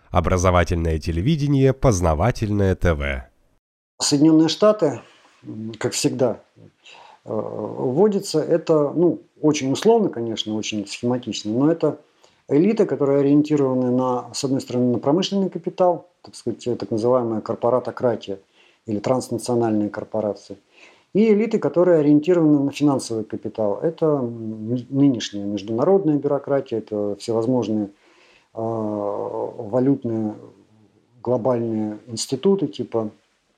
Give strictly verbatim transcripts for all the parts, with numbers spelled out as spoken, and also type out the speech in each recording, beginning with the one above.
Образовательное телевидение, познавательное ТВ. Соединенные Штаты, как всегда, вводится, это, ну, очень условно, конечно, очень схематично, но это элита, которая ориентирована на, с одной стороны, на промышленный капитал, так сказать, так называемая корпоратократия или транснациональные корпорации, и элиты, которые ориентированы на финансовый капитал. Это нынешняя международная бюрократия, это всевозможные э, валютные глобальные институты типа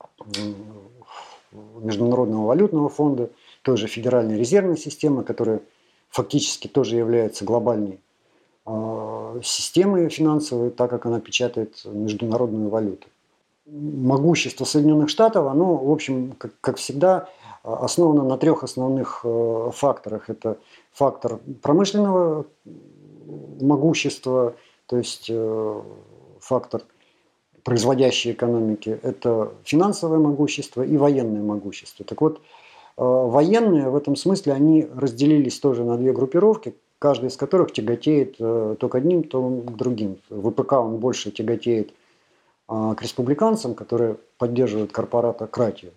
Международного валютного фонда, той же Федеральной резервной системы, которая фактически тоже является глобальной э, системой финансовой, так как она печатает международную валюту. Могущество Соединенных Штатов, оно, в общем, как, как всегда, основано на трех основных э, факторах. Это фактор промышленного могущества, то есть э, фактор производящей экономики, это финансовое могущество и военное могущество. Так вот, военные в этом смысле, они разделились тоже на две группировки, каждая из которых тяготеет то к одним, то к другим. ВПК он больше тяготеет к республиканцам, которые поддерживают корпоратократию,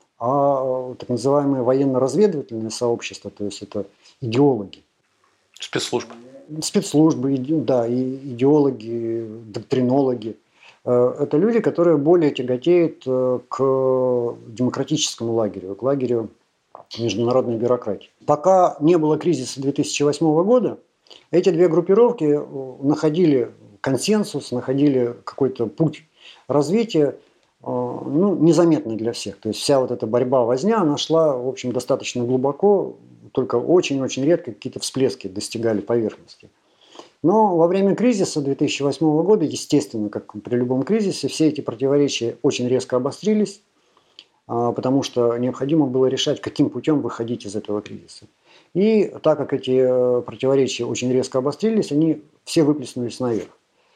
а так называемые военно-разведывательные сообщества, то есть это идеологи. Спецслужбы. Спецслужбы, да, и идеологи, доктринологи. Это люди, которые более тяготеют к демократическому лагерю, к лагерю международной бюрократии. Пока не было кризиса две тысячи восьмого года, эти две группировки находили консенсус, находили какой-то путь развития, ну, незаметный для всех. То есть вся вот эта борьба, возня, она шла, в общем, достаточно глубоко, только очень-очень редко какие-то всплески достигали поверхности. Но во время кризиса две тысячи восьмого года, естественно, как при любом кризисе, все эти противоречия очень резко обострились, потому что необходимо было решать, каким путем выходить из этого кризиса. И так как эти противоречия очень резко обострились, они все выплеснулись наверх.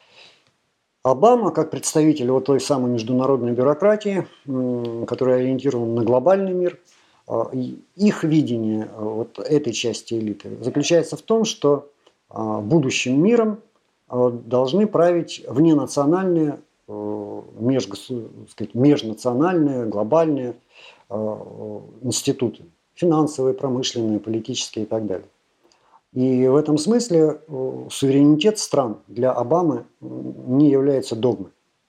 Обама, как представитель вот той самой международной бюрократии, которая ориентирована на глобальный мир, их видение вот этой части элиты заключается в том, что будущим миром должны править вненациональные, сказать, межнациональные, глобальные институты. Финансовые, промышленные, политические и так далее. И в этом смысле суверенитет стран для Обамы не является догмой.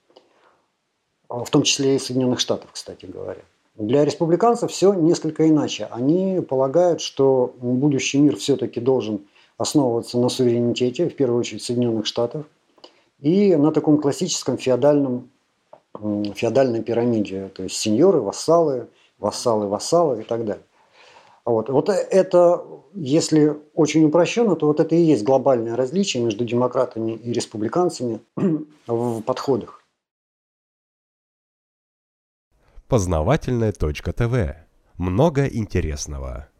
В том числе и Соединенных Штатов, кстати говоря. Для республиканцев все несколько иначе. Они полагают, что будущий мир все-таки должен основываться на суверенитете, в первую очередь Соединенных Штатов, и на таком классическом феодальном, феодальной пирамиде, то есть сеньоры, вассалы, вассалы, вассалы и так далее. Вот. Вот это, если очень упрощенно, то вот это и есть глобальное различие между демократами и республиканцами в подходах. Познавательное точка ТВ. Много интересного.